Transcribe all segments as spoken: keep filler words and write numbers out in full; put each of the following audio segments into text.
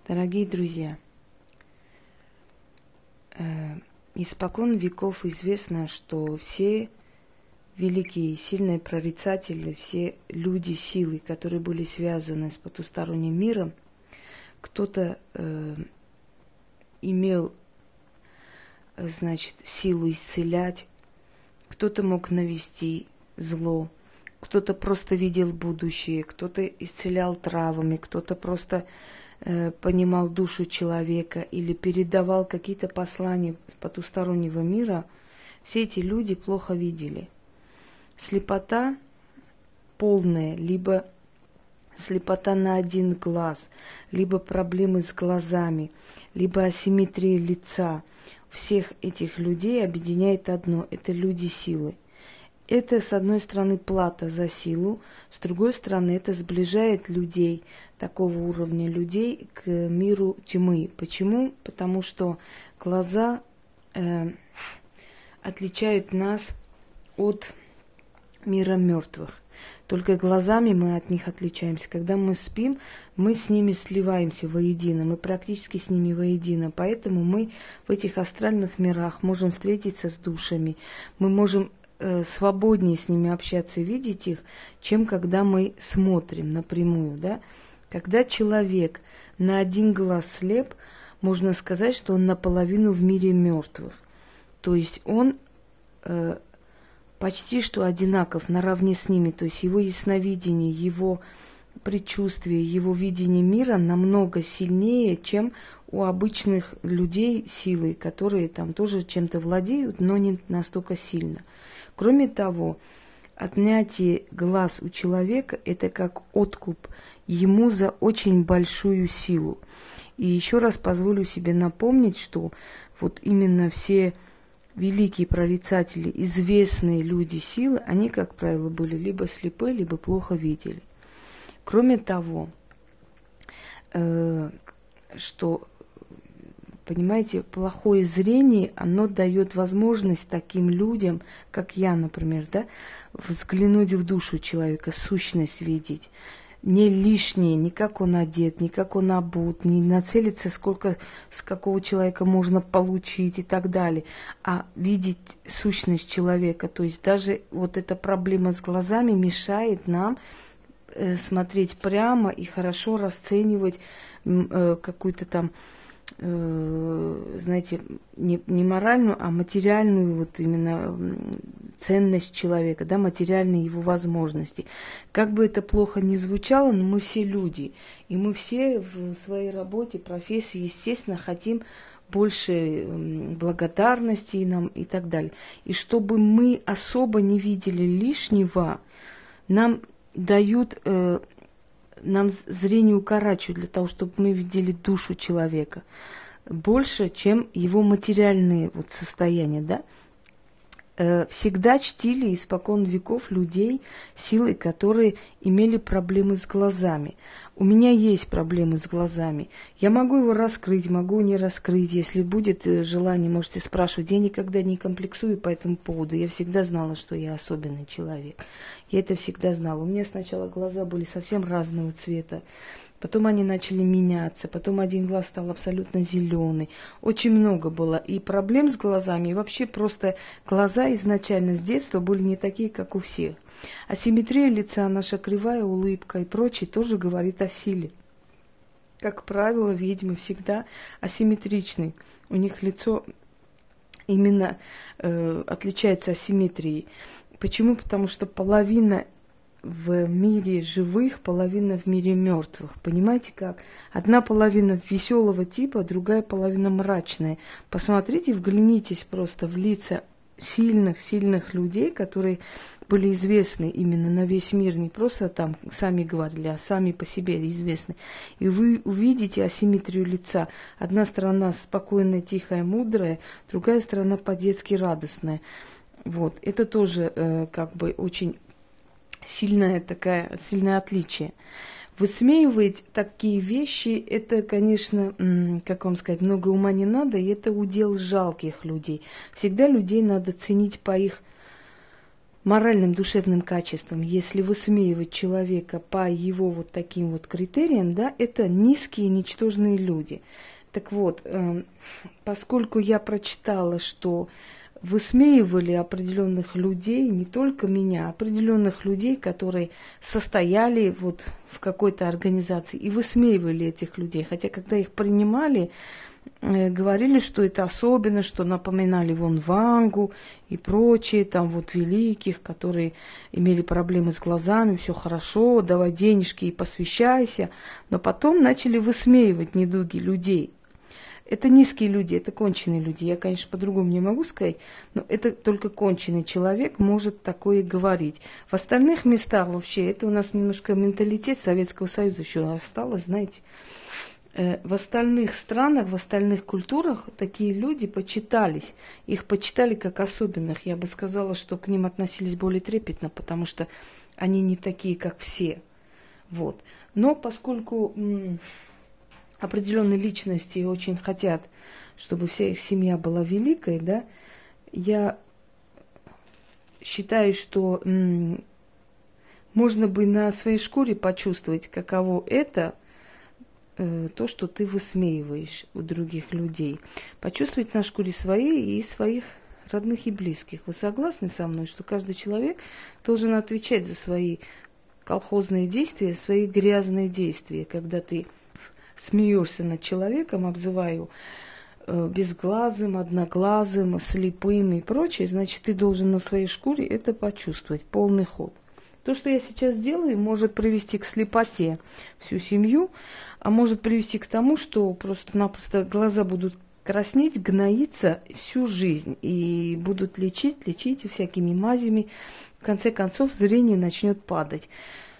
Дорогие друзья, э, испокон веков известно, что все великие и сильные прорицатели, все люди силы, которые были связаны с потусторонним миром, кто-то э, имел, значит, силу исцелять, кто-то мог навести зло, кто-то просто видел будущее, кто-то исцелял травами, кто-то просто э, понимал душу человека или передавал какие-то послания потустороннего мира. Все эти люди плохо видели. Слепота полная, либо слепота на один глаз, либо проблемы с глазами, либо асимметрия лица. Всех этих людей объединяет одно – это люди силы. Это, с одной стороны, плата за силу, с другой стороны, это сближает людей, такого уровня людей, к миру тьмы. Почему? Потому что глаза э, отличают нас от мира мертвых. Только глазами мы от них отличаемся. Когда мы спим, мы с ними сливаемся воедино, мы практически с ними воедино. Поэтому мы в этих астральных мирах можем встретиться с душами, мы можем э, свободнее с ними общаться и видеть их, чем когда мы смотрим напрямую. Да? Когда человек на один глаз слеп, можно сказать, что он наполовину в мире мертвых. То есть он э, почти что одинаков наравне с ними, то есть его ясновидение, его предчувствие, его видение мира намного сильнее, чем у обычных людей силы, которые там тоже чем-то владеют, но не настолько сильно. Кроме того, отнятие глаз у человека – это как откуп ему за очень большую силу. И еще раз позволю себе напомнить, что вот именно все великие прорицатели, известные люди силы, они, как правило, были либо слепы, либо плохо видели. Кроме того, э, что, понимаете, плохое зрение, оно дает возможность таким людям, как я, например, да, взглянуть в душу человека, сущность видеть. Не лишнее, ни как он одет, ни как он обут, не нацелиться, сколько с какого человека можно получить и так далее, а видеть сущность человека. То есть даже вот эта проблема с глазами мешает нам э, смотреть прямо и хорошо расценивать э, какую-то там, э, знаете, не, не моральную, а материальную вот именно ценность человека, да, материальные его возможности. Как бы это плохо ни звучало, но мы все люди, и мы все в своей работе, профессии, естественно, хотим больше благодарности нам и так далее. И чтобы мы особо не видели лишнего, нам дают, э, нам зрение укорачивают для того, чтобы мы видели душу человека больше, чем его материальные вот состояния, да. Всегда чтили испокон веков людей, силы, которые имели проблемы с глазами. У меня есть проблемы с глазами. Я могу его раскрыть, могу не раскрыть. Если будет желание, можете спрашивать. Я никогда не комплексую по этому поводу. Я всегда знала, что я особенный человек. Я это всегда знала. У меня сначала глаза были совсем разного цвета. Потом они начали меняться, потом один глаз стал абсолютно зеленый. Очень много было и проблем с глазами, и вообще просто глаза изначально с детства были не такие, как у всех. Асимметрия лица, наша кривая улыбка и прочее тоже говорит о силе. Как правило, ведьмы всегда асимметричны. У них лицо именно э, отличается асимметрией. Почему? Потому что половина в мире живых, половина в мире мертвых. Понимаете как? Одна половина веселого типа, другая половина мрачная. Посмотрите, вглянитесь просто в лица сильных-сильных людей, которые были известны именно на весь мир, не просто там сами говорили, а сами по себе известны. И вы увидите асимметрию лица. Одна сторона спокойная, тихая, мудрая, другая сторона по-детски радостная. Вот. Это тоже э, как бы очень сильное такое, сильное отличие. Высмеивать такие вещи, это, конечно, как вам сказать, много ума не надо, и это удел жалких людей. Всегда людей надо ценить по их моральным, душевным качествам, если высмеивать человека по его вот таким вот критериям, да, это низкие, ничтожные люди. Так вот, э, поскольку я прочитала, что высмеивали определенных людей, не только меня, а определенных людей, которые состояли вот в какой-то организации, и высмеивали этих людей. Хотя, когда их принимали, э, говорили, что это особенно, что напоминали вон Вангу и прочие, там вот великих, которые имели проблемы с глазами, все хорошо, давай денежки и посвящайся. Но потом начали высмеивать недуги людей. Это низкие люди, это конченые люди. Я, конечно, по-другому не могу сказать, но это только конченый человек может такое говорить. В остальных местах вообще, это у нас немножко менталитет Советского Союза еще осталось, знаете. В остальных странах, в остальных культурах такие люди почитались. Их почитали как особенных. Я бы сказала, что к ним относились более трепетно, потому что они не такие, как все. Вот. Но поскольку определенные личности очень хотят, чтобы вся их семья была великой, да, я считаю, что м, можно бы на своей шкуре почувствовать, каково это, э, то, что ты высмеиваешь у других людей. Почувствовать на шкуре своей и своих родных и близких. Вы согласны со мной, что каждый человек должен отвечать за свои колхозные действия, свои грязные действия, когда ты смеешься над человеком, обзываю э, безглазым, одноглазым, слепым и прочее, значит, ты должен на своей шкуре это почувствовать, полный ход. То, что я сейчас делаю, может привести к слепоте всю семью, а может привести к тому, что просто-напросто глаза будут краснеть, гноиться всю жизнь и будут лечить, лечить всякими мазями. В конце концов, зрение начнет падать.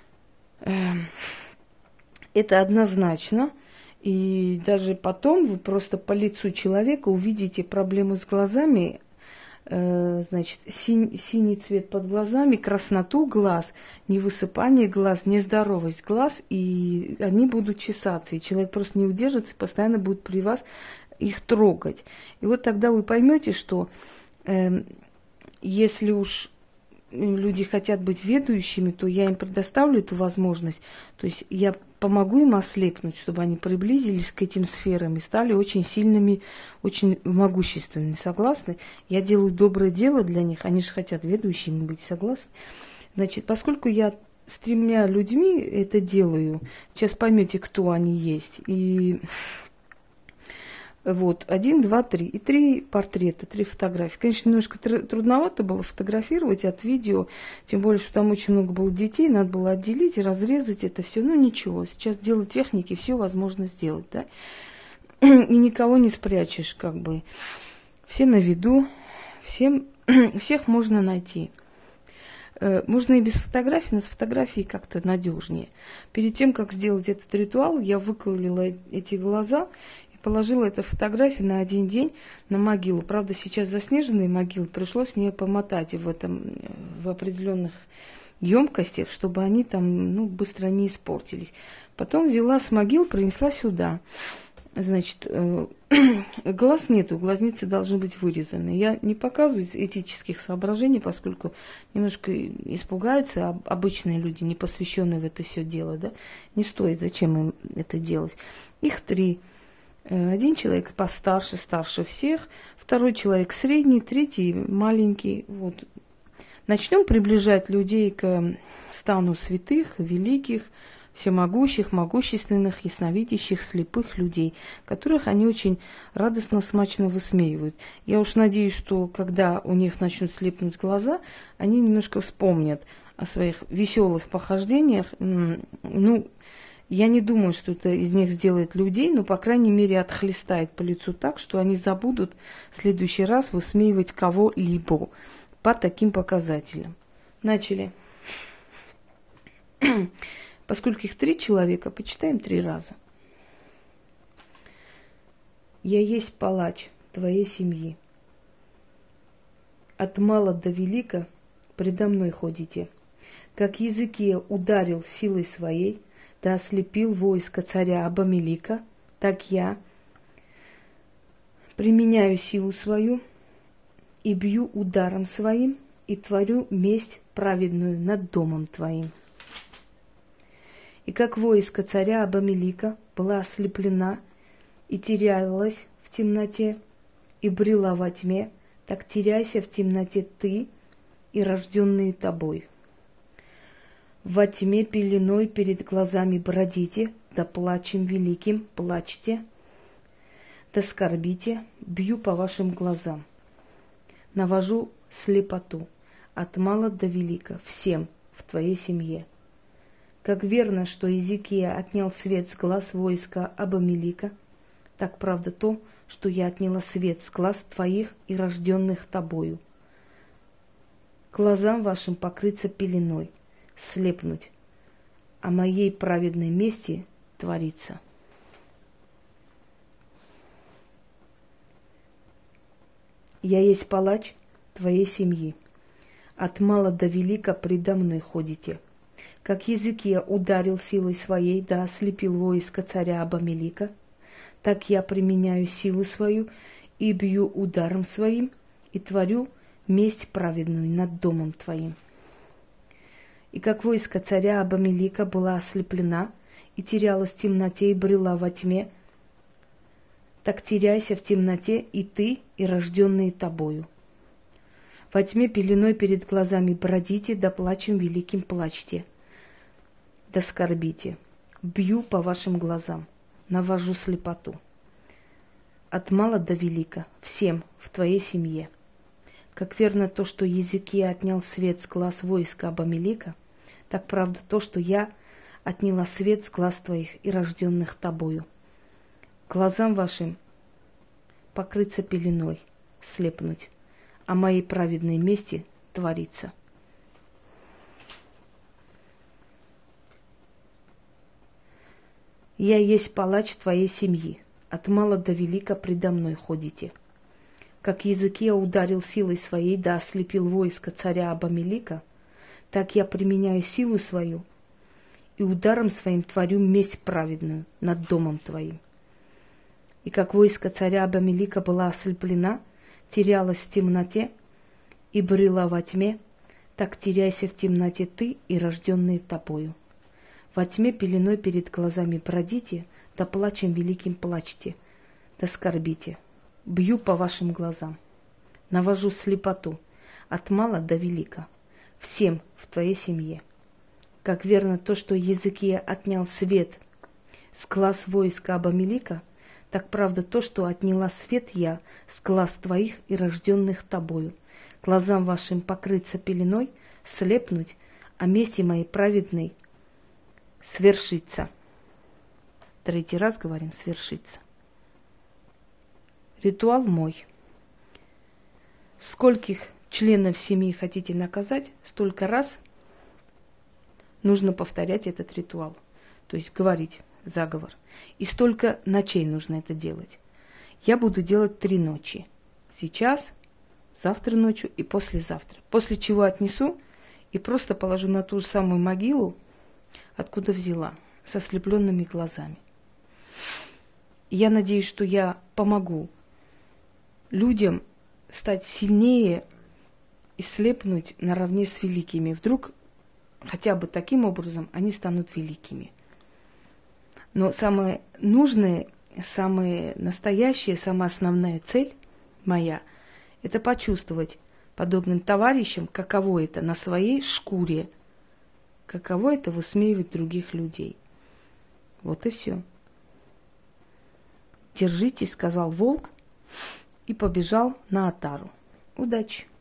Это однозначно. И даже потом вы просто по лицу человека увидите проблему с глазами, э, значит, синь, синий цвет под глазами, красноту глаз, невысыпание глаз, нездоровость глаз, и они будут чесаться, и человек просто не удержится, постоянно будет при вас их трогать. И вот тогда вы поймете, что э, если уж люди хотят быть ведущими, то я им предоставлю эту возможность. То есть я помогу им ослепнуть, чтобы они приблизились к этим сферам и стали очень сильными, очень могущественными. Согласны? Я делаю доброе дело для них, они же хотят ведущими быть, согласны? Значит, поскольку я с тремя людьми это делаю, сейчас поймете, кто они есть. И вот, один, два, три. И три портрета, три фотографии. Конечно, немножко трудновато было фотографировать от видео, тем более, что там очень много было детей, надо было отделить и разрезать это все. Ну, ничего, сейчас дело техники, все возможно сделать, да. И никого не спрячешь, как бы. Все на виду, всем, всех можно найти. Можно и без фотографий, но с фотографией как-то надежнее. Перед тем, как сделать этот ритуал, я выколила эти глаза, положила эту фотографию на один день на могилу. Правда, сейчас заснеженные могилы, пришлось мне помотать в этом, в определенных емкостях, чтобы они там, ну, быстро не испортились. Потом взяла с могил, принесла сюда. Значит, глаз нету, глазницы должны быть вырезаны. Я не показываю из этических соображений, поскольку немножко испугаются обычные люди, не посвященные в это все дело, да. Не стоит, зачем им это делать. Их три. Один человек постарше, старше всех, второй человек средний, третий маленький. Вот. Начнем приближать людей к стану святых, великих, всемогущих, могущественных, ясновидящих, слепых людей, которых они очень радостно, смачно высмеивают. Я уж надеюсь, что когда у них начнут слепнуть глаза, они немножко вспомнят о своих веселых похождениях. Ну, я не думаю, что это из них сделает людей, но, по крайней мере, отхлестает по лицу так, что они забудут в следующий раз высмеивать кого-либо по таким показателям. Начали. Поскольку их три человека, почитаем три раза. Я есть палач твоей семьи. От мала до велика предо мной ходите. Как языке ударил силой своей, да ослепил войско царя Абамелика, так я применяю силу свою и бью ударом своим и творю месть праведную над домом твоим. И как войско царя Абамелика была ослеплена и терялась в темноте, и брела во тьме, так теряйся в темноте ты и рожденные тобой. Во тьме пеленой перед глазами бродите, да плачем великим плачьте, да скорбите, бью по вашим глазам. Навожу слепоту от мала до велика всем в твоей семье. Как верно, что Иезекия отнял свет с глаз войска Абамелика, так правда то, что я отняла свет с глаз твоих и рожденных тобою. Глазам вашим покрыться пеленой, слепнуть, а моей праведной мести творится. Я есть палач твоей семьи. От мала до велика предо мной ходите. Как Иезекия ударил силой своей, да ослепил войско царя Абамелика, так я применяю силу свою и бью ударом своим, и творю месть праведную над домом твоим. И как войско царя Абамелика была ослеплена и терялась в темноте и брела во тьме, так теряйся в темноте и ты, и рожденные тобою. Во тьме пеленой перед глазами бродите, да плачем великим плачьте, да скорбите. Бью по вашим глазам, навожу слепоту. От мала до велика всем в твоей семье. Как верно то, что Иезекия отнял свет с глаз войска Абамелика, так правда то, что я отняла свет с глаз твоих и рожденных тобою. Глазам вашим покрыться пеленой, слепнуть, а моей праведной мести творится. Я есть палач твоей семьи, от мала до велика предо мной ходите. Как Иезекия ударил силой своей, да ослепил войско царя Абамелика, так я применяю силу свою и ударом своим творю месть праведную над домом твоим. И как войско царя Абамелика была ослеплена, терялась в темноте и брела во тьме, так теряйся в темноте ты и рожденные тобою. Во тьме пеленой перед глазами бродите, да плачем великим плачьте, да скорбите. Бью по вашим глазам, навожу слепоту от мала до велика всем в твоей семье. Как верно то, что Иезекия отнял свет с глаз войска Абамелика, так правда то, что отняла свет я с глаз твоих и рожденных тобою. Глазам вашим покрыться пеленой, слепнуть, а мести моей праведной свершится. Третий раз говорим свершится. Ритуал мой. Скольких членов семьи хотите наказать, столько раз нужно повторять этот ритуал. То есть говорить заговор. И столько ночей нужно это делать. Я буду делать три ночи. Сейчас, завтра ночью и послезавтра. После чего отнесу и просто положу на ту же самую могилу, откуда взяла, со слепленными глазами. Я надеюсь, что я помогу людям стать сильнее и слепнуть наравне с великими. Вдруг хотя бы таким образом они станут великими. Но самое нужное, самая настоящая, самая основная цель моя – это почувствовать подобным товарищам, каково это на своей шкуре, каково это высмеивать других людей. Вот и все. Держитесь, сказал волк, и побежал на отару. Удачи!